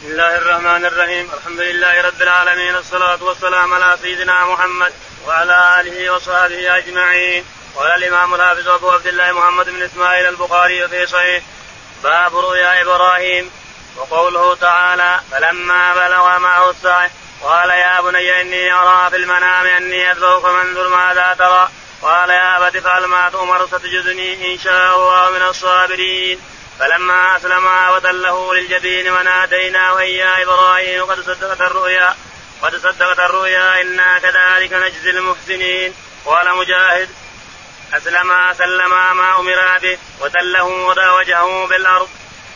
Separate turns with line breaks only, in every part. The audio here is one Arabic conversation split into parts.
بسم الله الرحمن الرحيم. الحمد لله رب العالمين، الصلاة والسلام على سيدنا محمد وعلى آله وصحبه أجمعين. قال الإمام الحافظ أبو عبد الله محمد بن إسماعيل البخاري في صحيح باب رؤيا إبراهيم. وقوله تعالى فلما بلغ معه السعي قال يا بني إني أرى في المنام أني أذبحك فانظر ماذا ترى قال يا أبت افعل ما تؤمر ستجدني إن شاء الله من الصابرين. فلما أسلما وتله للجبين وناديناه يا إبراهيم قد صدقت الرؤيا إنا كذلك نجزي المحسنين. قال مجاهد أسلما سلما ما أمر به وتله وجهه بالأرض.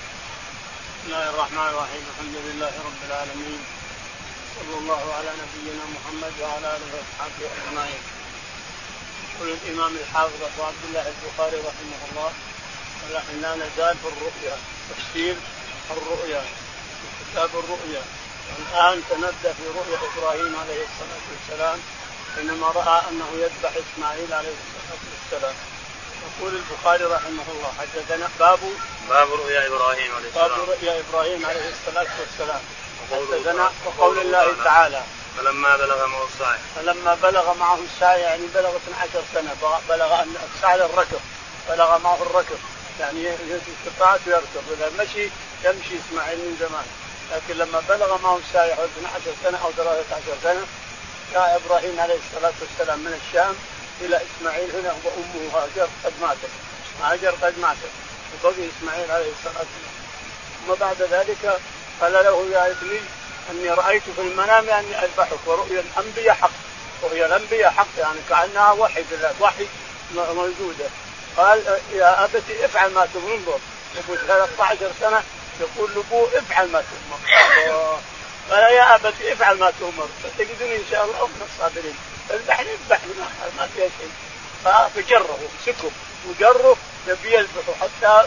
بسم الله الرحمن الرحيم. الحمد لله رب العالمين، صلى الله على نبينا محمد وعلى آله وصحبه أجمعين. يقول الإمام الحافظ أبو عبد الله البخاري رحمه الله ونحن لا نزال في الرؤيا، تفسير الرؤيا في كتاب الرؤيا. والآن سنبدأ في رؤيا إبراهيم عليه الصلاة والسلام حينما رأى أنه يذبح إسماعيل عليه الصلاة والسلام. يقول البخاري رحمه الله حدثنا
باب رؤيا إبراهيم عليه السلام.
باب رؤيا إبراهيم عليه الصلاة والسلام. حدثنا وقول الله تعالى
فلما
بلغ معه السعي يعني بلغ 12 سنة، بلغ السعي الركب، بلغ معه الركب يعني استطاعت يركب، إذا مشي يمشي إسماعيل من زمان، لكن لما بلغ معه السعي 12 سنة أو 13 سنة جاء إبراهيم عليه الصلاة والسلام من الشام إلى إسماعيل هنا وأمه هاجر قد ماتت وبقي إسماعيل عليه الصلاة والسلام. ثم بعد ذلك قال له يا ابني أني رأيت في المنام أني أذبحك ورؤيا الأنبياء حق، رؤيا الأنبياء حق يعني كأنها وحي موجودة. قال يا أبت افعل ما تؤمر. يقول 13 سنة يقول لأبوه افعل ما تؤمر. قال يا أبت افعل ما تؤمر ستجدني إن شاء الله من الصابرين. اذبحني ما فيها شيء. فجره سكب وجره نبي يذبحه حتى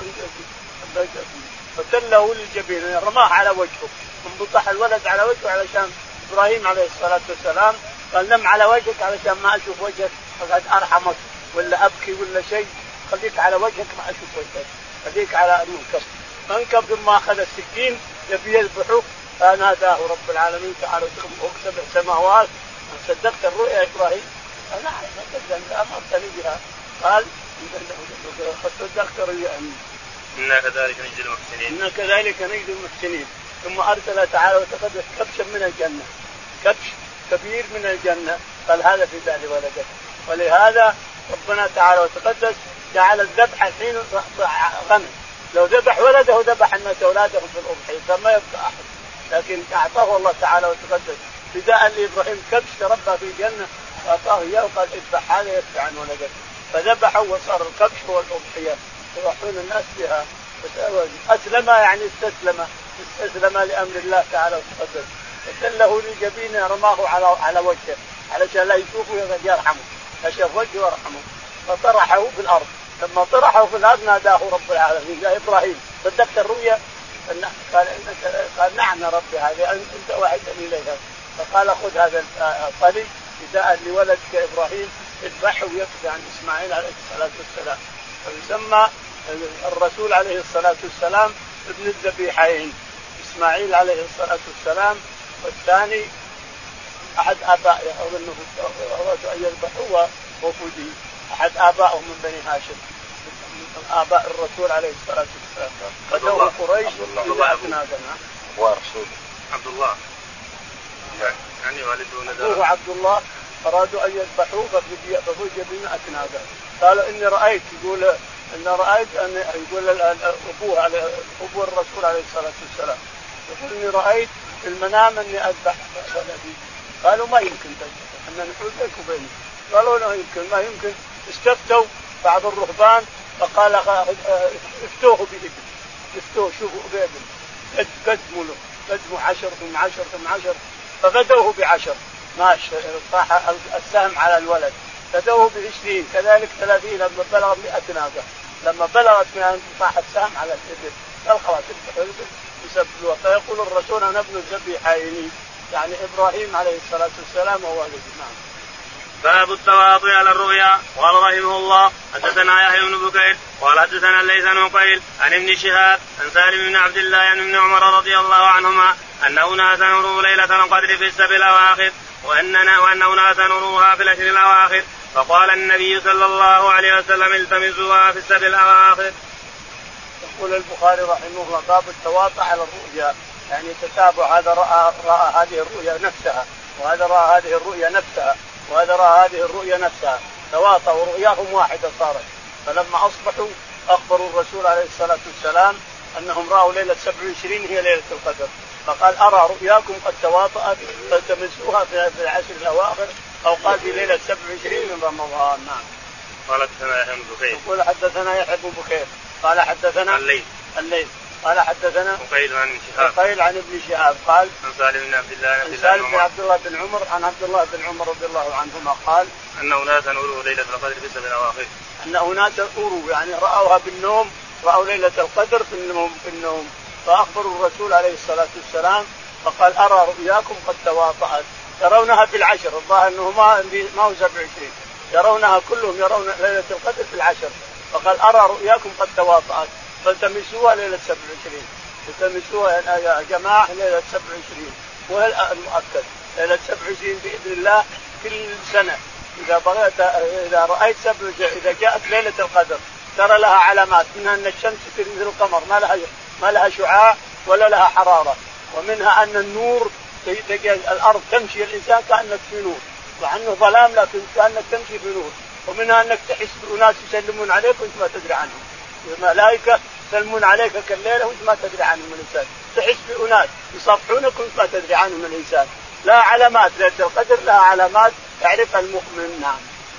فتله للجبين، رماه على وجهه، انبطح الولد على وجهه علشان إبراهيم عليه الصلاة والسلام قال نم على وجهك علشان ما أشوف وجهك فقد أرحمك ولا أبكي ولا شيء، خليك على وجهك ما أشوف وجهك، خليك على منكب. ثم أخذ السكين يبي يذبحه فناداه رب العالمين تعالى فوق 7 سماوات صدقت الرؤيا إبراهيم؟ نعم صدقت أنت أمرتني بها. قال صدقت الرؤيا
إنا كذلك نجزي المحسنين.
ثم أرسل تعالى وتقدس كبشا من الجنة، كبش كبير من الجنة، قال هذا في ذلك ولدك. ولهذا ربنا تعالى وتقدس جعل الذبح حين غنم، لو ذبح ولده ذبح الناس أولادهم في الأضحية فما يبقى أحد، لكن أعطاه الله تعالى وتقدس فداء لإبراهيم كبش تربى في الجنة وأعطاه إياه وقال اذبح هذا يدفع عن ولدك، فذبحه وصار الكبش هو الأضحية يضحون الناس بها. أسلم يعني استسلم لأمر الله تعالى وتقدس. فتله للجبين رماه على وجهه علشان لا يشوفه يرحمه، كشف وجهه ورحمه فطرحه في الأرض. لما طرحه في الأرض ناداه رب العالمين يا إبراهيم صدقت الرؤيا؟ قال نعم يا ربي هذه أنت وعدتني إليها. فقال خذ هذا الطلي فداء لولدك إبراهيم اذبحه ويقضي عن إسماعيل عليه الصلاة والسلام. فيسمى الرسول عليه الصلاة والسلام ابن الذبيحين، إسماعيل عليه الصلاة والسلام، والثاني أحد آبائه أظنه أرادوا أن يذبحوه وفدي أحد آبائه من بني هاشم من آباء الرسول عليه الصلاة والسلام. قدوه قريش إلى أكنادنا
ورسول عبد الله يعني والده
أبوه عبد الله أرادوا أن يذبحوه ففوج بين أكنادا. قالوا إني رأيت يقول أبوه الرسول عليه الصلاة والسلام يقول إني رأيت في المنام أني أذبح ولدي. قالوا ما يمكن أن نحول بينك وبينه. قالوا ما يمكن. استفتوا بعض الرهبان فقال افتوه بإبن، افتوه شوفوا بإبن قدموا 10 ثم 10 ثم 10 ففدوه ب10 ماشي صاح السهم على الولد، فدوه ب20 كذلك 30 لما بلغ 100 ناقة، لما بلغت 100 صاح السهم على الإبن. قال خلاص يسبلوه. فيقول الرسول أنا ابن الذبيحين يعني إبراهيم عليه الصلاة والسلام ووالده. نعم.
باب التواضع على الرؤيا. قال رحمه الله حدثنا يحيى بن بكير قال حدثنا ليث بن قيل عن ابن شهاب عن سالم بن عبد الله عن ابن عمر رضي الله عنهما أن أناسا نوروا ليلة القدر في السبع الأواخر وأن أناسا نوروها في العشر الأواخر، فقال النبي صلى الله عليه وسلم التمسوها في السبع الأواخر.
يقول البخاري رحمه الله باب التواطؤ على الرؤيا، يعني تتابع، هذا رأى هذه الرؤيا نفسها وهذا رأى هذه الرؤيا نفسها وهذا رأى هذه الرؤيا نفسها، تواطؤوا ورؤياهم واحدة صارت. فلما أصبحوا أخبروا الرسول عليه الصلاة والسلام أنهم رأوا ليلة 27 هي ليلة القدر، فقال أرى رؤياكم قد تواطأت فالتمسوها في العشر الأواخر، أو قال في ليلة 27 من رمضان. نعم.
قال حدثنا يحيى بن بكير.
يقول حدثنا يحيى بن بكير قال حدثنا الليث قال حدثنا عقيل عن ابن شهاب قال
عن سالم بن
عبد الله بن عمر عن عبد الله بن عمر رضي الله عنهما قال
أن أناسا أوروا ليلة القدر في السبع الأواخر.
أن أناسا أوروا يعني رأوها بالنوم، رأوا ليلة القدر في النوم فأخبروا الرسول عليه الصلاة والسلام فقال أرى رؤياكم قد تواطأت، يرونها في العشر، الظاهر أنه ما هو 27، يرونها كلهم يرون ليلة القدر في العشر، فقال أرى رؤياكم قد تواطأت فالتمسوها ليلة 27، التمسوها يا جماعة ليلة 27، وهي المؤكد ليلة 27 بإذن الله كل سنة. إذا رأيت إذا جاءت ليلة القدر ترى لها علامات، منها أن الشمس مثل القمر ما لها شعاع ولا لها حرارة، ومنها أن النور الأرض تمشي الإنسان كأنك في نور، وعنه ظلام لكن كأنك تمشي في نور، ومنها أنك تحس بأناس يسلمون عليك وأنت ما تدري عنهم، الملائكة يسلمون عليك كالليلة وأنت ما تدري عنهم الإنسان، تحس بأناس يصفحونك وأنت ما تدري عنهم الإنسان، لا علامات، ليلة القدر لها علامات يعرفها المؤمن. نعم.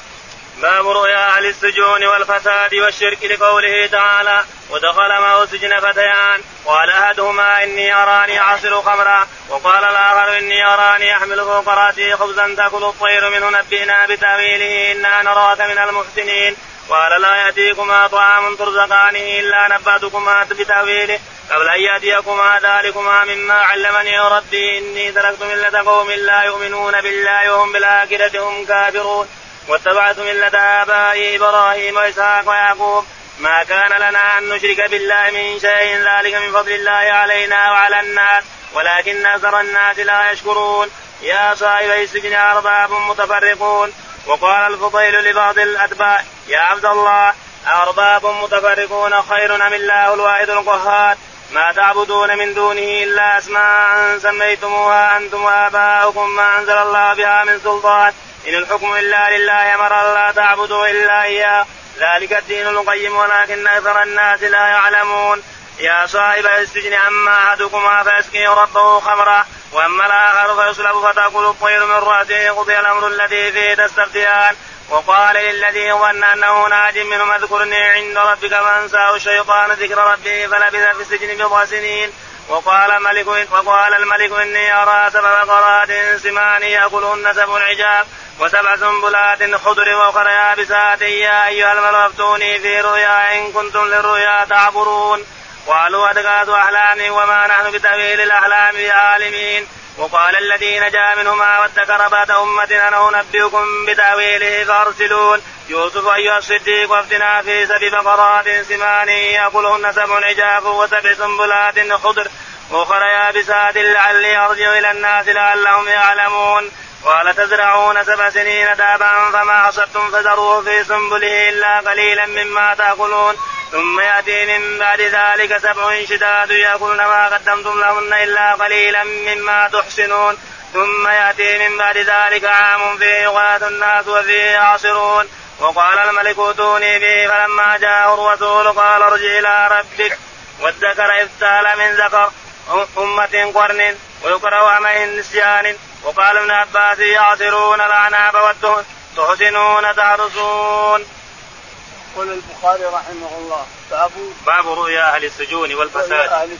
باب رؤيا أهل السجون والفساد والشرك لقوله تعالى ودخل معه السجن فتيان قال أحدهما إني أراني أعصر خمرا وقال الآخر إني أراني أحمل فوق رأسي خبزا تأكل الطير منه نبئنا بتأويله إنا نراك من المحسنين قال لا يأتيكما طعام ترزقانه إلا نبأتكما بتأويله قبل أن يأتيكما ذلكما مما علمني ربي إني تركت ملة قوم لا يؤمنون بالله وهم بالآخرة هم كافرون واتبعت ملة آبائي إبراهيم وإسحاق ويعقوب ما كان لنا أن نشرك بالله من شيء ذلك من فضل الله علينا وعلى الناس ولكن أكثر الناس لا يشكرون يا صاحبي السجن أرباب متفرقون. وقال الفضيل لبعض الأتباع يا عبد الله أرباب متفرقون خير أم الله الواحد القهار ما تعبدون من دونه إلا أسماء سميتموها أنتم وآباؤكم ما أنزل الله بها من سلطان إن الحكم إلا لله أمر لا تعبدوا إلا إياه ذلك الدين القيم ولكن أكثر الناس لا يعلمون. يا صاحب السجن أما أحدكما فيسقي ربه خمرا وأما الآخر فيصلب فتأكل الطير من رأسه قضي الأمر الذي فيه تستفتيان. وقال للذي ظن أنه ناج منهم اذكرني عند ربك فأنساه الشيطان ذكر ربه فلبث في السجن بضع سنين. وقال الملك إني أرى 7 بقرات سمان يأكلهن 7 عجاف و7 سنبلات خضر وأخرى يابسات يا أيها الملأ أفتوني في رؤيا إن كنتم للرؤيا تعبرون قالوا أضغاث أحلام وما نحن بتأويل الأحلام بعالمين. وقال الذي نجا منهما وادكر بعد أمة أنا أنبئكم بتأويله فأرسلون يوسف أيها الصديق وافتنا في 7 بقرات سمان يأكلهن 7 عجاف و7 سنبلات خضر وأخرى يابسات لعلي أرجع إلى الناس لعلهم يعلمون. قال تزرعون 7 سنين دابا فما حصدتم فذروه في سنبله إلا قليلا مما تأكلون ثم يأتي من بعد ذلك 7 شداد يأكلن ما قدمتم لهن إلا قليلا مما تحسنون ثم يأتي من بعد ذلك عام فيه يغاث الناس وفيه يعصرون. وقال الملك ائتوني به فلما جاءه الرسول قال ارجع إلى ربك والذكر افتال من ذكر أمة قرن ويكره عمه النسيان. وقال ابن عباس يعصرون الأعناب والدهن تحسنون تحرسون.
قال البخاري رحمه الله
باب رؤيا أهل السجون والفساد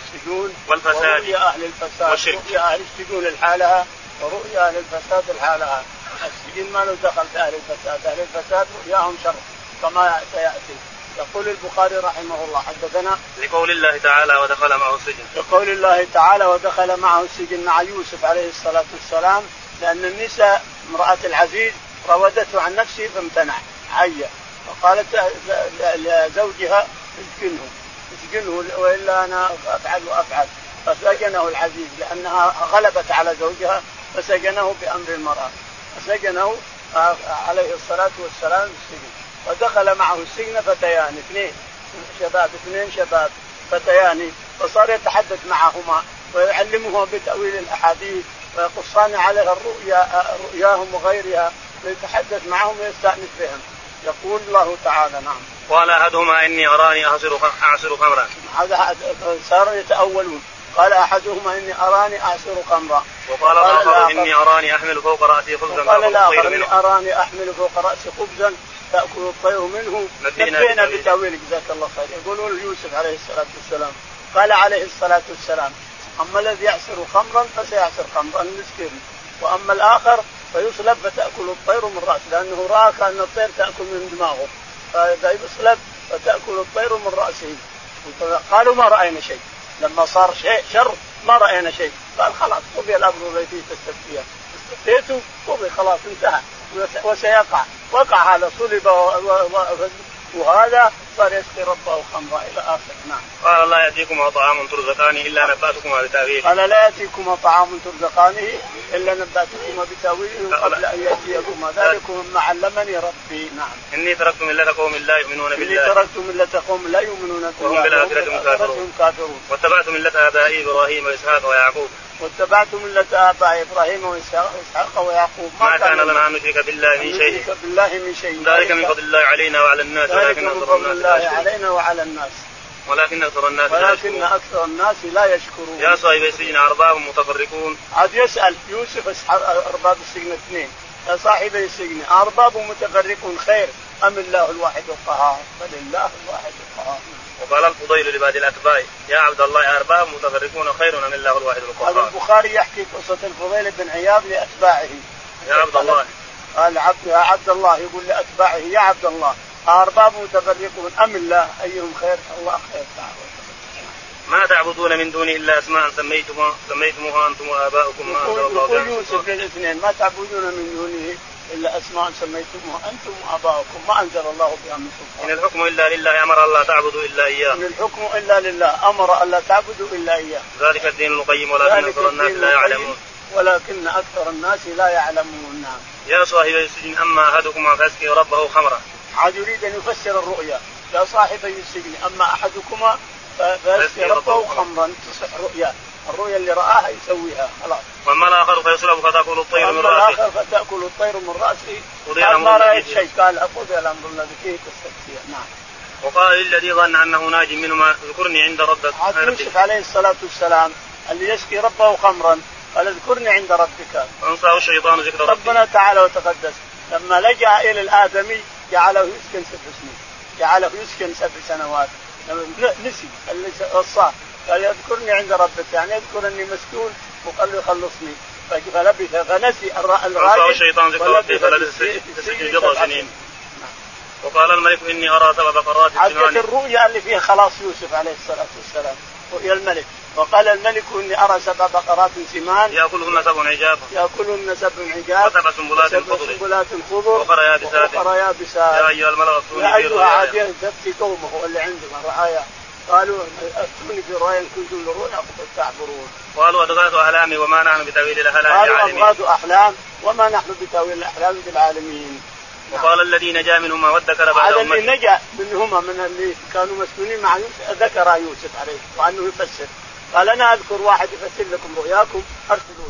ورؤيا أهل الفساد
والشرك.
رؤيا أهل السجون لحالها ورؤيا أهل الفساد لحالها. السجن ما له دخل في أهل الفساد، أهل الفساد رؤياهم شر كما سيأتي. يقول البخاري رحمه الله حدثنا
لقول الله تعالى ودخل معه السجن،
لقول الله تعالى ودخل معه السجن مع يوسف عليه الصلاة والسلام، لأن النساء امرأة العزيز راودته عن نفسه فامتنع عيا، وقالت لزوجها اسجنه وإلا أنا أفعل. فسجنه العزيز لأنها غلبت على زوجها فسجنه بأمر المرأة، فسجنه عليه الصلاة والسلام السجن. ودخل معه السجن فتيان اثنين شباب فتيان، فصار يتحدث معهما ويعلمهما بتأويل الأحاديث ويقصان عليها رؤياهم وغيرها، ويتحدث معهم ويستأنس بهم. يقول الله تعالى نعم.
قال أحدهما إني أراني أعصر خمرا.
هذا صار يتأولون. قال أحدهما إني أراني أعصر خمرا.
وقال الآخر إني أراني أحمل فوق رأسي خبزا
تأكل الطير منه. إني أراني أحمل فوق رأسي خبزا تأكل الطير منه. نبينا بتأويل جزاك الله خير. يقولون يوسف عليه الصلاة والسلام قال عليه الصلاة والسلام أما الذي يعصر خمرا فسيعصر خمرا مسكين، وأما الآخر فيصلب فتأكل الطير من رأسه، لأنه رأى كأن الطير تأكل من دماغه فيصلب فتأكل الطير من رأسه. قالوا ما رأينا شيء، لما صار شيء شر ما رأينا شيء. قال خلاص قضي الأمر الذي تستفتيه، استفتيته قضي خلاص انتهى وسيقع. وقع هذا صلب وهذا صار يسقي ربه خمرا إلى آخر. نعم.
قال لا يأتيكم طعام ترزقانه إلا نبأتكم بتأويله.
قال لا يأتيكم طعام ترزقانه إلا نبأتكم بتأويله قبل أن يأتيكم ذلكم مما علمني ربي. نعم.
إني تركت ملة قوم لا يؤمنون بالله.
إني تركت ملة قوم لا يؤمنون بالله
وهم بالآخرة كافرون. واتبعت ملة آبائي إبراهيم وإسحاق ويعقوب.
واتبعت ملة آبائي إبراهيم وإسحاق ويعقوب.
ما كان لنا أن نشرك بالله من شيء. ذلك من فضل الله علينا وعلى الناس ولكن أكثر الناس لا يشكرون. يا صاحب السجن أرباب متفرقون.
عاد يسأل يوسف أرباب السجن اثنين، يا صاحب السجن أرباب متفرقون خير أم الله الواحد القهار؟ فلله الواحد القهار.
وقال الفضيل لبعض الأتباع يا عبد الله أرباب متفرقون خير أم الله الواحد القهار.
هذا البخاري يحكي قصة الفضيل بن عياض لأتباعه.
يا عبد الله
قال يا عبد الله يقول لأتباعه يا عبد الله أرباب متفرقون أم الله أيهم خير؟ الله خير تعالى.
ما تعبدون من دونه إلا أسماء سميتموها أنتم وآباؤكم ما أنزل الله بها.
يقول يوسف للاثنين ما تعبدون من دونه إلا أسماء سميتموها أنتم وآباؤكم ما أنزل الله بها من سلطان.
إن الحكم إلا لله أمر ألا تعبدوا إلا إياه.
إن الحكم إلا لله أمر ألا تعبدوا إلا إياه.
ذلك الدين القيم ولكن أكثر الناس لا يعلمون.
ولكن أكثر الناس لا يعلمون. نعم.
يا صاحب السجن أما أحدكما فيسقي ربه خمرا.
عاد يريد أن يفسر الرؤيا. يا صاحب السجن أما أحدكما فيسقي ربه خمرا تصح رؤيا، الرؤيا اللي رآها يسويها خلاص.
وأما الآخر فيصلب فتأكل الطير من رأسه.
الآخر فتأكل الطير من رأسه. قال ما رأيت شيء. قال أقضي الأمر الذي فيه تستفتيه. نعم.
وقال للذي ظن أنه ناج منهما اذكرني عند ربك.
يوسف عليه الصلاة والسلام اللي يسقي ربه خمرا قال اذكرني عند ربك.
فأنساه الشيطان ذكر ربه.
ربنا تعالى وتقدس لما لجأ إلى الآدمي جعله يسكن 7 سنين، جعله يسكن 7 سنوات. نسي اللي وصاه قال يذكرني عند ربك يعني يذكر أني مسكون وقال له يخلصني فلبث فنسي
فأنساه الشيطان ذكر ربه فلبث في السجن 10 سنين. وقال الملك إني أرى 7 بقرات سمان.
عدت الرؤيا اللي فيها خلاص يوسف عليه الصلاة والسلام رؤيا الملك. وقال الملك إني أرى 7 بقرات سمان
يأكلهن 7 عجاف وسبع سنبلات خضر وأخرى يابسات. يا أيها الملأ
أفتوني عادية تفتي قومه اللي عندهم رعايا قالوا أفتوني في رؤيا كنتم لرؤيا تعبرون.
قالوا أضغاث أحلام وما نحن بتأويل الأحلام
بعالمين. أضغاث أحلام وما نحن بتأويل الأحلام بالعالمين.
وقال الذي نجا منهما وادكر بعد
أمته. الذي نجا منهما من اللي كانوا مسكونين مع يوسف ذكر يوسف عليه وأنه يفسر. قال أنا أذكر واحد يفسر لكم رؤياكم أرسلون.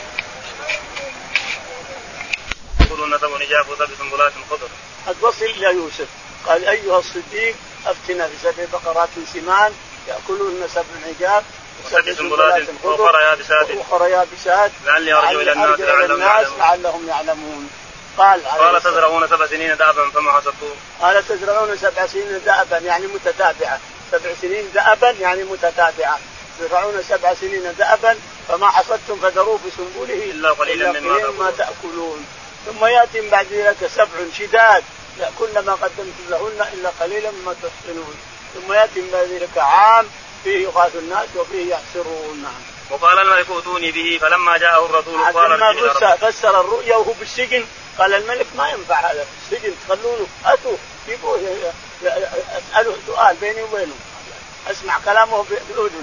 يقولون 7 عجاف و7 سنبلات خضر.
وصل إلى يوسف قال أيها الصديق أفتنا في 7 بقرات سمان يأكلهن 7 عجاف و7 سنبلات وأخرى يابسات
لعلي أرجو إلى الناس
لعلهم يعلمون. قال
تزرعون 7 سنين دأبا فما حصدتم.
قال تزرعون 7 سنين دأبا يعني متتابعة. 7 سنين دأبا يعني متتابعة. تزرعون 7 سنين دأبا فما حصدتم فذروه في سنبله
إلا قليلا
مما تأكلون. ثم يأتي بعد ذلك 7 شداد يأكلن ما قدمتم لهن إلا قليلا مما تحصنون. ثم يأتي بعد ذلك عام فيه يغاث الناس وفيه يحصرون. نعم.
وقال الملك ائتوني به فلما جاءه الرسول قال
لما فسر الرؤيا وهو بالسجن قال الملك ما ينفع هذا في السجن خلونه أتوا جيبوه أسأله سؤال بيني وبينه أسمع كلامه بأذني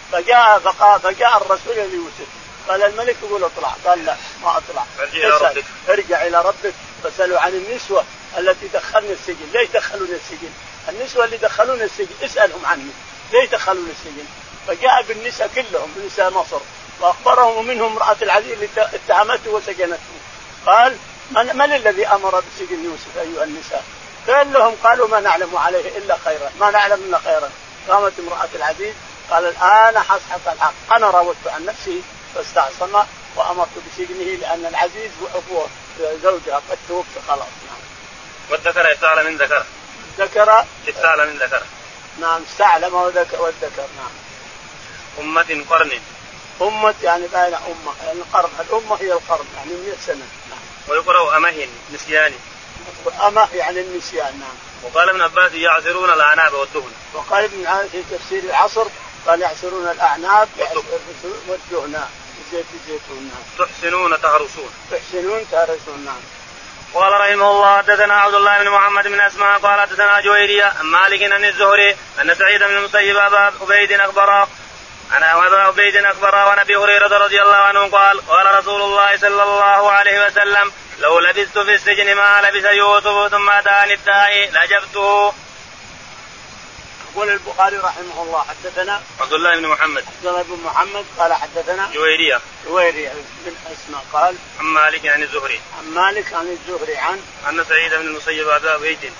فجاء الرسول ليوسف قال الملك يقول اطلع، قال لا ما اطلع، ارجع الى ربك فاسأله عن النسوة التي دخلنا السجن. ليش دخلونا السجن؟ النسوة اللي دخلونا السجن اسألهم عنهم ليش دخلونا السجن. فجاء بالنساء كلهم بنساء مصر واخبرهم، ومنهم امرأة العزيز اللي اتهمته وسجنته. قال من الذي امر بسجن يوسف ايها النساء؟ قال لهم قالوا ما نعلم عليه الا خيرا، ما نعلم الا خيرا. قامت امرأة العزيز قال الآن حصحص الحق، أنا راودت عن نفسي فاستعصم وأمرت بسجنه لأن العزيز زوجها قد توفي خلاص. نعم.
والذكر يستعلى من ذكر.
ذكر
يستعلى من ذكر.
نعم استعلم والذكر. نعم.
أمة قرن.
أمة يعني بين أمة، يعني القرن، الأمة هي القرن يعني 100 سنة. نعم.
ويقرأ أمه نسيان.
أمه يعني النسيان. نعم.
وقال ابن عباس يعصرون الأعناب والدهن.
وقال ابن عباس في تفسير العصر قال يعصرون الأعناب والدهن زيت الزيتون.
تحسنون تهرسون.
تحسنون تهرسون. نعم.
قال رحمه الله حدثنا عبد الله بن محمد بن اسماء قال حدثنا جويرية عن مالك عن الزهري ان سعيد بن المسيب ابا عبيد اخبره وعن ابي هريرة رضي الله عنه قال رسول الله صلى الله عليه وسلم لو لبثت في السجن ما لبث يوسف ثم اتاني الداعي لاجبته.
يقول البخاري رحمه الله حدثنا
عبد الله بن محمد
قال حدثنا
جويرية
بن اسماء قال
عن مالك عن الزهري
عن
ان سعيد بن المسيب ابا عبيد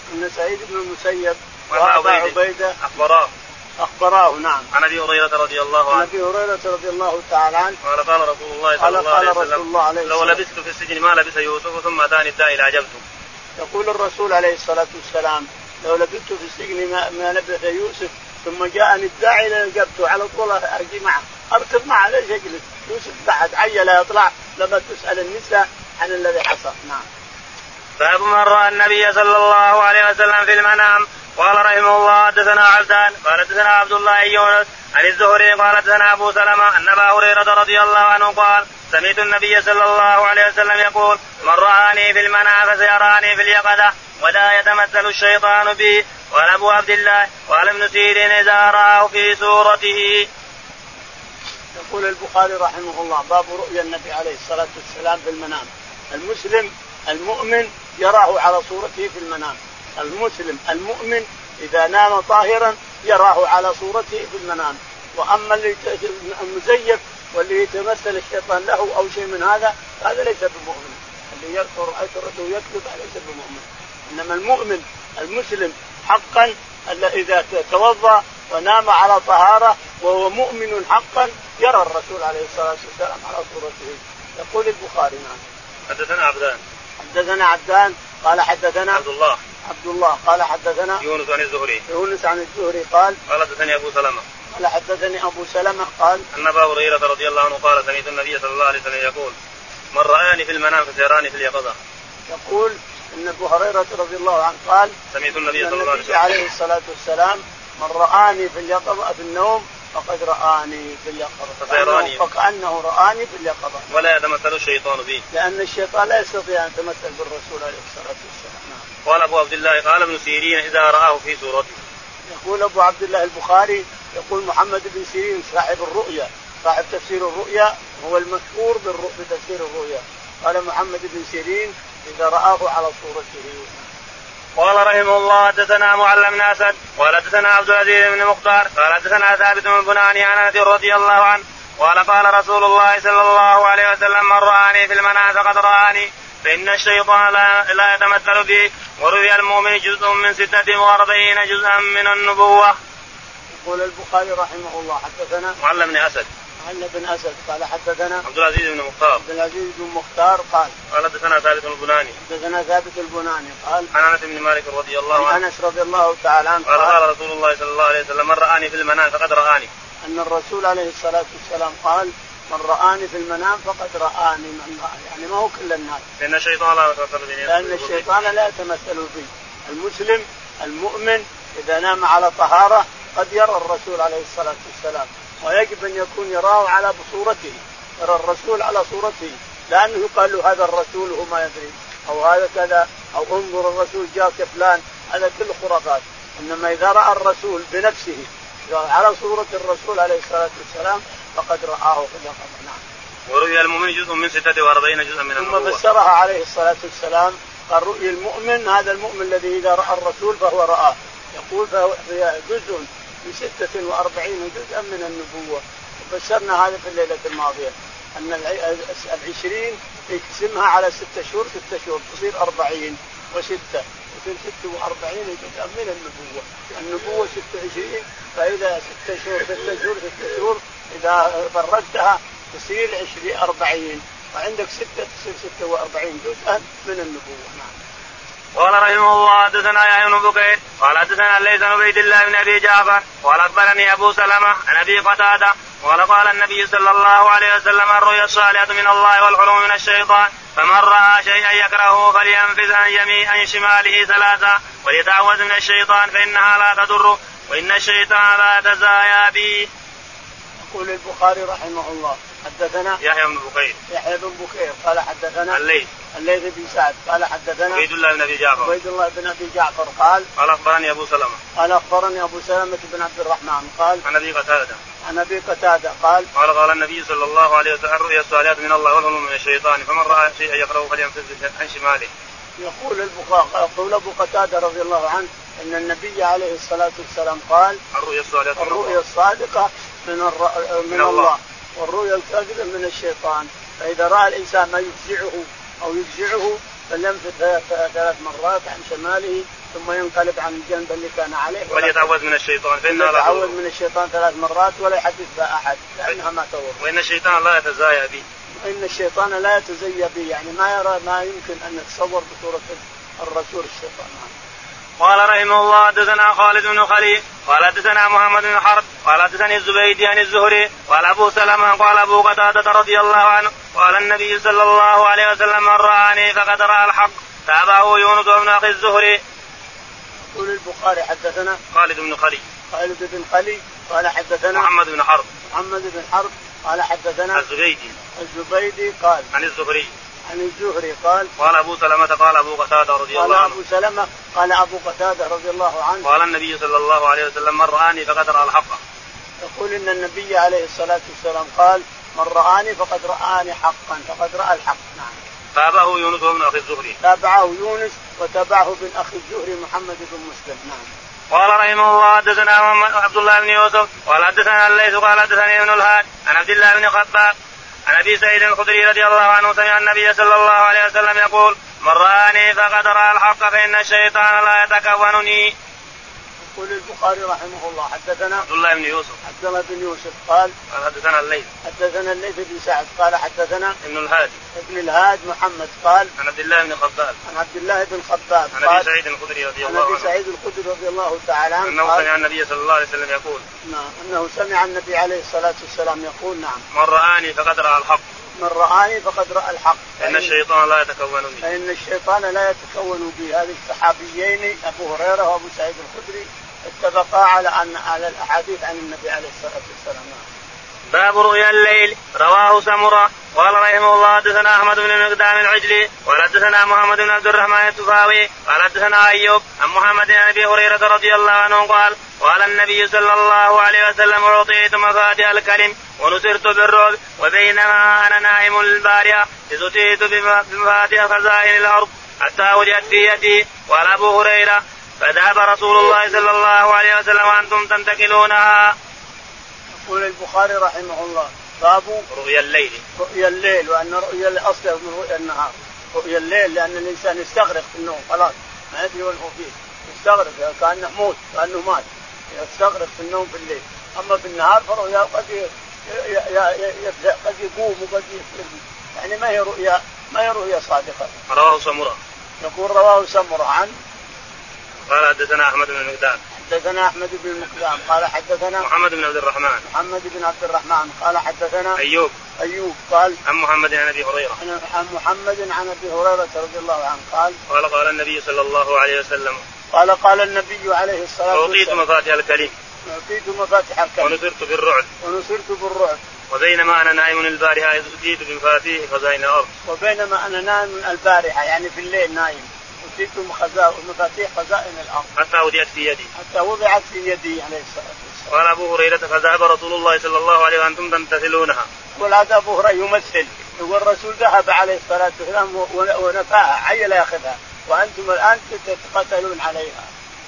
وابا عبيدة أخبراه. نعم.
عن ابي هريرة رضي الله
تعالى عنه
قال رسول الله صلى الله عليه وسلم لو لبثت في السجن ما لبث يوسف ثم اتاني الداعي لاجبته.
يقول الرسول عليه الصلاة والسلام لو لبثت في السجن ما لبث يوسف ثم جاءني الداعي لاجبته على طول اجي معه اركب معه ليش اجلس؟ يوسف بعد عيل يطلع لما تسأل النساء عن الذي حصل. نعم.
باب من رأى النبي صلى الله عليه وسلم في المنام. قال رحمه الله حدثنا عبدان قال حدثنا عبد الله يونس عن الزهري قال حدثنا ابو سلمة ان ابا هريرة رضي الله عنه قال سمعت النبي صلى الله عليه وسلم يقول من رآني في المنام فسيراني في اليقظة ولا يتمثل الشيطان بي. قال ابو عبد الله قال ابن سيرين اذا رآه في صورته.
يقول البخاري رحمه الله باب رؤيا النبي عليه الصلاة والسلام في المنام. المسلم المؤمن يراه على صورته في المنام. المسلم المؤمن إذا نام طاهرا يراه على صورته في المنام. وأما اللي المزيف واللي يتمثل الشيطان له أو شيء من هذا ليس بمؤمن. اللي يذكر أسرته يكذب ليس بمؤمن. إنما المؤمن المسلم حقا إذا توضأ ونام على طهارة وهو مؤمن حقا يرى الرسول عليه الصلاة والسلام على صورته. يقول البخاري. نعم.
حدثنا عبدان
قال حدثنا عبد الله قال حدثنا
يونس
عن الزهري قال
حدثني أبو سلمة
قال حدثني أبو سلمة قال
أن أبا هريرة رضي الله عنه قال سمعت النبي صلى الله عليه وسلم يقول من رآني في المنام فسيراني في اليقظة.
يقول أن أبو هريرة رضي الله عنه قال
سمعت النبي صلى الله
عليه الصلاة والسلام من رآني في اليقظة في النوم فقد رآني في اليقظة فكأنه رآني في اليقظة
ولا يتمثل الشيطان بي
لأن الشيطان لا يستطيع أن يتمثل بالرسول عليه الصلاة والسلام.
قال أبو عبد الله قال ابن سيرين إذا رآه في صورته.
يقول أبو عبد الله البخاري يقول محمد بن سيرين صاحب الرؤيا صاحب تفسير الرؤيا هو المشهور بتفسير الرؤيا. قال محمد بن سيرين إذا رآه على صورته.
قال رحمه الله حدثنا معل بن اسد قال حدثنا عبد العزيز بن مختار قال حدثنا ثابت بن بناني عن انس رضي الله عنه قال رسول الله صلى الله عليه وسلم من رآني في المنام فقد رآني فإن الشيطان لا يتمثل به. ورؤيا المؤمن جزء من 46 جزءا من النبوة.
يقول البخاري رحمه الله حدثنا
معل بن اسد
قال حدثنا
عبد العزيز
بن مختار قال
حدثنا ثابت
البناني قال
عن انس بن مالك رضي الله عنه
انس رضي الله تعالى عنه
قال رسول الله صلى الله عليه وسلم من رآني في المنام فقد رآني.
ان الرسول عليه الصلاة والسلام قال من رآني في المنام فقد رآني يعني ما هو كل الناس
لأن الشيطان
لا يتمثل به. المسلم المؤمن إذا نام على طهارة قد يرى الرسول عليه الصلاة والسلام ويجب أن يكون يراه على صورته يرى الرسول على صورته لأنه يقال له هذا الرسول وهو ما يدري أو هذا كذا أو انظر الرسول جاء كفلان هذا كله خرافات. إنما إذا رأى الرسول بنفسه على صورة الرسول عليه الصلاة والسلام فقد رآه في اليقظة. نعم.
ورؤيا المؤمن جزء من 46 جزءا من النبوة.
ثم فسرها عليه الصلاة والسلام قال رؤيا المؤمن هذا المؤمن الذي إذا رأى الرسول فهو رآه. يقول فهو جزء من 46 جزءا من النبوة. وفسرنا هذا في الليلة الماضية أن 20 يقسمها على 6 شهور 6 شهور تصير 40 و6 تصير 46 جزءا من النبوة. النبوة 26 فإذا 6 شهور 6 شهور 6 شهور إذا فرقتها تصير 40 وعندك 6 تصير 46 جزءا من النبوة. نعم.
قال رحمه الله حدثنا يحيى بن بكير قال حدثنا ليث بن عبيد الله بن ابي جعفر قال اخبرني ابو سلمة عن ابي قتادة قال النبي صلى الله عليه وسلم الرؤيا الصالحة من الله والحلم من الشيطان فمن رأى شيئا يكرهه فلينفذ عن شماله 3 وليتعوذ من الشيطان فإنها لا تضر وإن الشيطان لا يتزايا به.
يقول البخاري رحمه الله حدثنا
يحيى بن بكير
قال حدثنا الليث بن سعد قال حدثنا
عبيد الله بن ابي جعفر
قال
اخبرني ابو
سلمة بن عبد الرحمن قال
عن ابي قتادة
قال
النبي صلى الله عليه وسلم الرؤيا الصالحة من الله والحلم من الشيطان فمن رأى شيئا يكرهه فلينفذ عن شماله.
يقول ابو قتادة رضي الله عنه ان النبي عليه الصلاة والسلام قال الرؤيا الصادقة من الله والرؤيا الكاذبة من الشيطان. فإذا رأى الإنسان ما يفزعه فلينفذ 3 مرات عن شماله ثم ينقلب عن الجنب اللي كان عليه
وليتعوذ من الشيطان
يتعوذ من الشيطان 3 مرات ولا يحدث بها أحد لأنها ما تضر.
وإن الشيطان لا يتزايا به.
وإن الشيطان لا يتزيا به يعني ما يرى ما يمكن أن يتصور بصورة الرسول الشيطان.
قال رحمه الله حدثنا خالد بن خليل قال حدثنا محمد بن حرب قال حدثني الزبيدي عن الزهري قال ابو سلمة قال ابو قتادة رضي الله عنه قال النبي صلى الله عليه وسلم من رآني فقد رأى الحق تابعه يونس بن اخي الزهري.
يقول البخاري حدثنا
خالد بن
خليل قال حدثنا
محمد بن
حرب قال حدثنا الزبيدي قال
عن الزهري
قال
أبو سلمة قال أبو قتادة رضي الله عنه
قال أبو قتادة رضي الله عنه
قال النبي صلى الله عليه وسلم من رآني فقد رأى الحق.
يقول إن النبي عليه الصلاة والسلام قال من رآني فقد رآني حقا فقد رأى الحق. نعم.
تابعه يونس بن أخي الزهري
وتابعه بن أخي الزهري محمد بن مسلم. نعم.
قال رحمه الله حدثنا عبد الله بن يوسف قال حدثنا الليث قال حدثني ابن الهاد عن عبد الله بن خباب عن ابي سعيد الخدري رضي الله عنه سمع النبي صلى الله عليه وسلم يقول من رآني فقد رأى الحق فإن الشيطان لا يتكونني.
يقول البخاري رحمه الله حدثنا
عبد الله بن يوسف قال حدثنا الليث بن سعد قال حدثنا ابن الهاد محمد قال عن عبد الله بن خباب عن ابي سعيد الخدري رضي الله تعالى عنه انه سمع النبي صلى الله عليه وسلم يقول
انه سمع النبي عليه الصلاة والسلام يقول نعم
من رآني فقد رأى الحق
فإن الشيطان لا يتكون به. هذه الصحابيين أبو هريرة وأبو سعيد الخدري اتفقا على الأحاديث عن النبي عليه الصلاة والسلام.
باب رؤيا الليل رواه سمرة. قال رحمه الله حدثنا أحمد بن مقدام العجلي قال حدثنا محمد بن عبد الرحمن التفاوي قال حدثنا أيوب عن محمد بن أبي هريرة رضي الله عنه قال النبي صلى الله عليه وسلم أعطيت مفاتيح الكلم ونصرت بالرعب وبينما أنا نائم البارحة إذ أتيت بمفاتيح خزائن الأرض حتى وجدت في يدي. قال أبو هريرة فذهب رسول الله صلى الله عليه وسلم وأنتم تنتقلونها.
يقول البخاري رحمه الله باب
رؤيا
الليل وأن رؤيا الأصل من رؤيا النهار. رؤيا الليل لأن الإنسان يستغرق في النوم خلاص ما يدري وين هو فيه يستغرق كأنه مات يستغرق في النوم في الليل. أما في النهار فرؤيا قد يقوم وقد يفلم يعني ما هي رؤيا صادقة.
رواه سمرة.
يقول رواه سمرة عن
قال حدثنا أحمد بن المقدام
قال حدثنا
محمد بن عبد الرحمن قال حدثنا
أيوب قال
عن محمد عن أبي هريرة
رضي الله عنه
قال النبي صلى الله عليه وسلم
قال النبي عليه الصلاة والسلام
أعطيت مفاتيح الكلم ونصرت بالرعب وبينما أنا نائم البارحة إذ أتيت بمفاتيح خزائن الأرض.
وبينما أنا نائم البارحة يعني في الليل نائم أوتيتم مفاتيح خزائن الأرض
حتى
وضعت في يدي عليه الصلاة والسلام.
قال أبو هريرة فذهب رسول الله صلى الله عليه وسلم وأنتم تمتثلونها.
يقول هذا أبو هريرة يمثل، يقول الرسول ذهب عليه الصلاة والسلام ونفاها عيل يأخذها وأنتم الآن تتقاتلون عليها.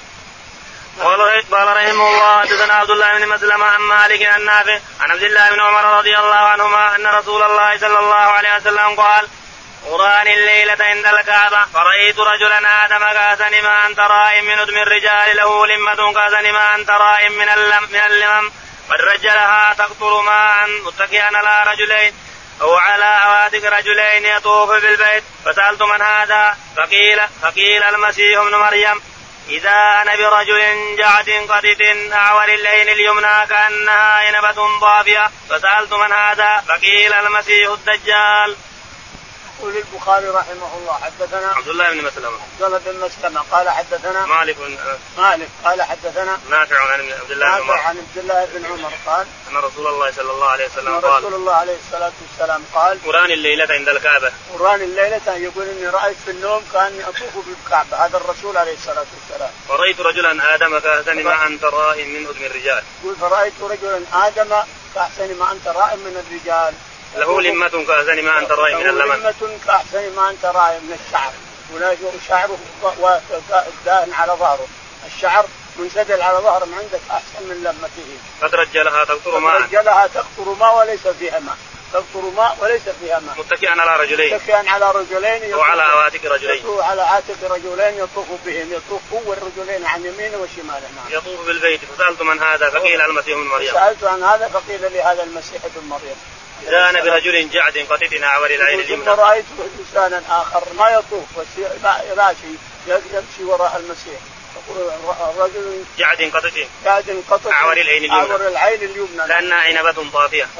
قال رحمه الله حدثنا عبد الله بن مسلمة عن مالك عن نافع عن عبد الله بن عمر رضي الله عنهما أن رسول الله صلى الله عليه وسلم قال أراني الليلة عند الكعبة فرأيت رجلا آدم كأحسن ما أنت رائم من أدم الرجال له لمة كأحسن ما أنت رائم من اللمم قد رجلها تقطر ماء متكئا على رجلين أو على عواتق رجلين يطوف بالبيت فسألت من هذا فقيل المسيح ابن مريم إذا أنا برجل جعد قدد أعور العين اليمنى كأنها عنبة طافية فسألت من هذا فقيل المسيح الدجال.
يقول البخاري رحمه الله حدثنا
عبد الله بن
مسلمة قال حدثنا
مالك
قال حدثنا
نافع عن عبد الله بن عمر
قال
أن رسول الله صلى الله عليه وسلم
رسول الله عليه الصلاة والسلام قال
أراني الليلة عند الكعبة.
أراني الليلة يقول إني رأيت في النوم كأني أطوف بالكعبة، هذا الرسول عليه الصلاة والسلام.
فرأيت رجلا آدم كأحسن ما أنت رائم من أدم الرجال.
يقول فرأيت رجلا آدم كأحسن ما أنت رائم من الرجال
له لمة كأحسن ما أنت رائم من اللمم.
لمة كأحسن ما أنت رائم من الشعر، وشعره دائن على ظهره، الشعر منسدل على ظهره من عندك أحسن من لمته.
قد رجلها تقطر
ماء وليس فيها ماء، تقطر ماء وليس فيها ماء.
متكئا على رجلين
وعلى عاتق رجلين يطوف بهم، يطوف هو الرجلين عن يمينه وشماله.
يطوف بالبيت فسألت من هذا فقيل المسيح ابن مريم.
سألت عن هذا فقيل لي هذا المسيح ابن مريم.
إذا أنا برجل جعد قطد أعور العين اليمنى.
ثم رأيت إنسانا آخر ما يطوف راشي يمشي وراء المسيح، رجل
جعد قطد أعور
العين اليمنى
كأنها عنبة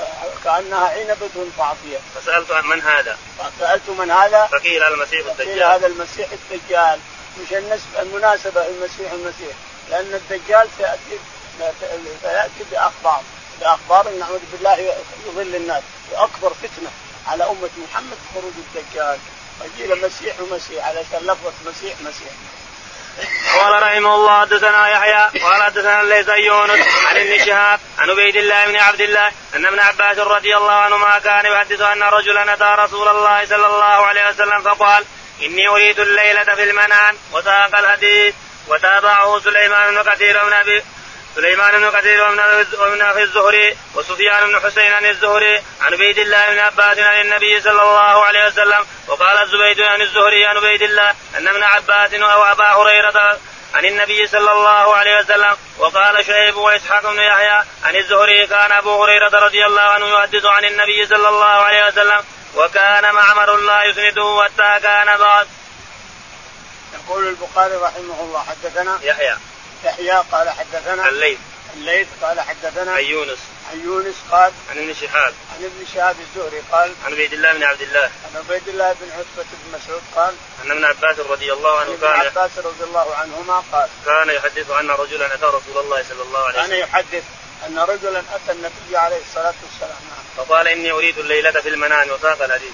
طافية.
فسألت من هذا
فقيل
المسيح الدجال.
هذا المسيح الدجال، مش المناسبة المسيح لأن الدجال سيأتي بأخبار نعوذ بالله يضل الناس، وأكبر فتنة على أمة محمد خروج الدجال، ويجي مسيح علشان لفظة مسيح.
قال رحمه الله حدثنا يحيى قال حدثنا ليس يونس عن ابن شهاب عن عبيد الله بن عبد الله أن ابن عباس رضي الله عنهما كان يحدث أن رجلا أتى رسول الله صلى الله عليه وسلم فقال إني أريد الليلة في المنام وساق الحديث. وتابعه سليمان بن كثير ومن أخي الزهري وسفيان بن حسين عن الزهري عن عبيد الله بن عباس عن النبي صلى الله عليه وسلم. وقال الزبيد عن الزهري عن عبيد الله أن ابن عباس أو أبا هريرة عن النبي صلى الله عليه وسلم. وقال شعيب وإسحاق بن يحيى عن الزهري كان أبو هريرة رضي الله عنه يحدث عن النبي صلى الله عليه وسلم وكان معمر لا يسنده حتى كان بعد.
يقول البخاري رحمه الله حدثنا
يحيى
قال حدثنا الليث قال حدثنا
عن يونس
قال
عن ابن
شهاب الزهري قال
عن عبيد الله بن عبد الله
عن عبيد الله بن عتبة بن مسعود قال
أن ابن عباس رضي الله عنه
عنهما قال
كان يحدث أن رجلا أتى رسول الله صلى الله عليه وسلم.
كان يحدث أن رجلا أتى النبي عليه الصلاة والسلام
فقال إني أريد الليلة في المنام وساق الحديث.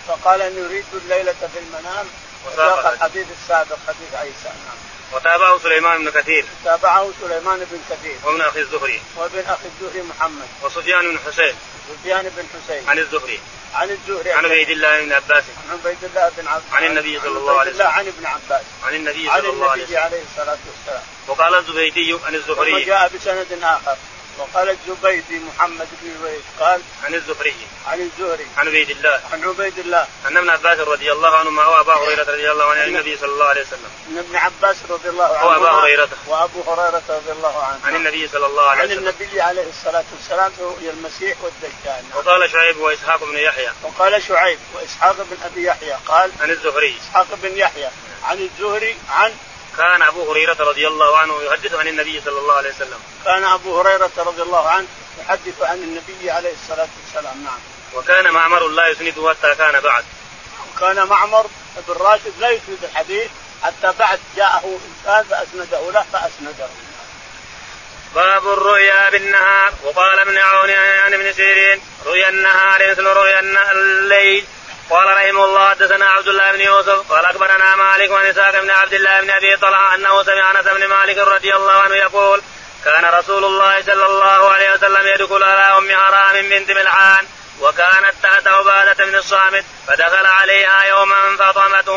وساق الحديث السابق حديث عيسى.
وتابعه سليمان بن كثير
وابن أخي
الزهري
محمد
وسفيان بن حسين عن الزهري عن عبيد الله بن عباس عن النبي صلى الله عليه وسلم
عن ابن عباس
عن النبي صلى الله عليه وسلم
عليه الصلاة والسلام.
وقال الزبيدي عن الزهري
وجاء بسند آخر وقال الزبيدي محمد بن زبيد قال
عن الزهري
عن عبيد الله
أن ابن عباس رضي الله عنهما وأبا هريرة رضي الله عنه عن النبي صلى الله عليه وسلم.
أن ابن عباس رضي الله عنه وأبو هريرة رضي الله عنه
عن النبي صلى الله عليه وسلم
عن النبي عليه الصلاة والسلام رؤيا المسيح والدجال.
وقال شعيب وإسحاق
بن أبي يحيى قال
عن الزهري
إسحاق بن يحيى عن الزهري عن
كان أبو هريرة رضي الله عنه يحدث عن النبي صلى الله عليه وسلم.
كان أبو هريرة رضي الله عنه يحدث عن النبي عليه الصلاة والسلام. نعم.
وكان معمر لا يسنده حتى كان بعد.
وكان معمر بن راشد لا يسند الحديث حتى بعد جاءه إنسان فأسنده.
باب الرؤيا بالنهار. وقال ابن عون عن ابن سيرين رؤيا النهار مثل رؤيا الليل قال رحمه الله حدثنا عبد الله بن يوسف قال اخبرنا مالك عن اسحاق بن عبد الله بن ابي طلحه انه سمع انس بن مالك رضي الله عنه يقول كان رسول الله صلى الله عليه وسلم يدخل على ام حرام بنت ملحان وكانت تحت عبادة بن الصامت فدخل عليها يوما فطمته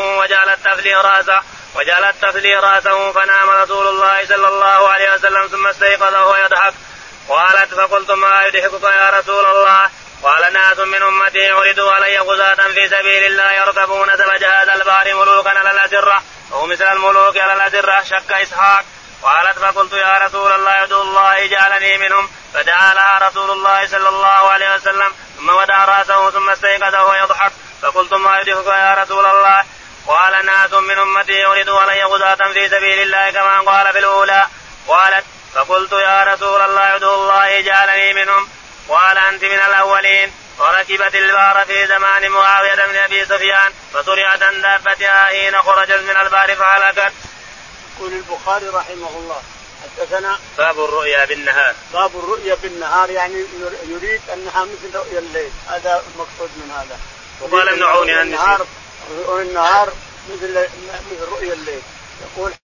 وجعلت تفلي راسه فنام رسول الله صلى الله عليه وسلم ثم استيقظ وهو يضحك. قالت فقلت ما يضحكك يا رسول الله؟ قال ناس من امتي عرضوا علي غزاة في سبيل الله يركبون سبج هذا البحر ملوكا على الأسرة أو مثل الملوك على الأسرة شك إسحاق. قالت فقلت يا رسول الله ادعو الله جعلني منهم فدعا لها رسول الله صلى الله عليه وسلم ثم ودع راسه ثم استيقظ وهو يضحك. فقلت ما يضحكك يا رسول الله؟ قال ناس من امتي يريدوا علي غزاة في سبيل الله كما قال في الاولى. قالت فقلت يا رسول الله ادعو الله جعلني منهم. قال انت من الاولين. وركبت البحر في زمان معاوية بن ابي سفيان فسرعت عن دابتها حين خرجت من البحر فهلكت.
يقول البخاري رحمه الله حدثنا
باب الرؤيا بالنهار.
باب الرؤيا بالنهار يعني يريد انها مثل رؤيا الليل، هذا المقصود من هذا.
وقال ابن عون
النهار مثل رؤيا الليل. يقول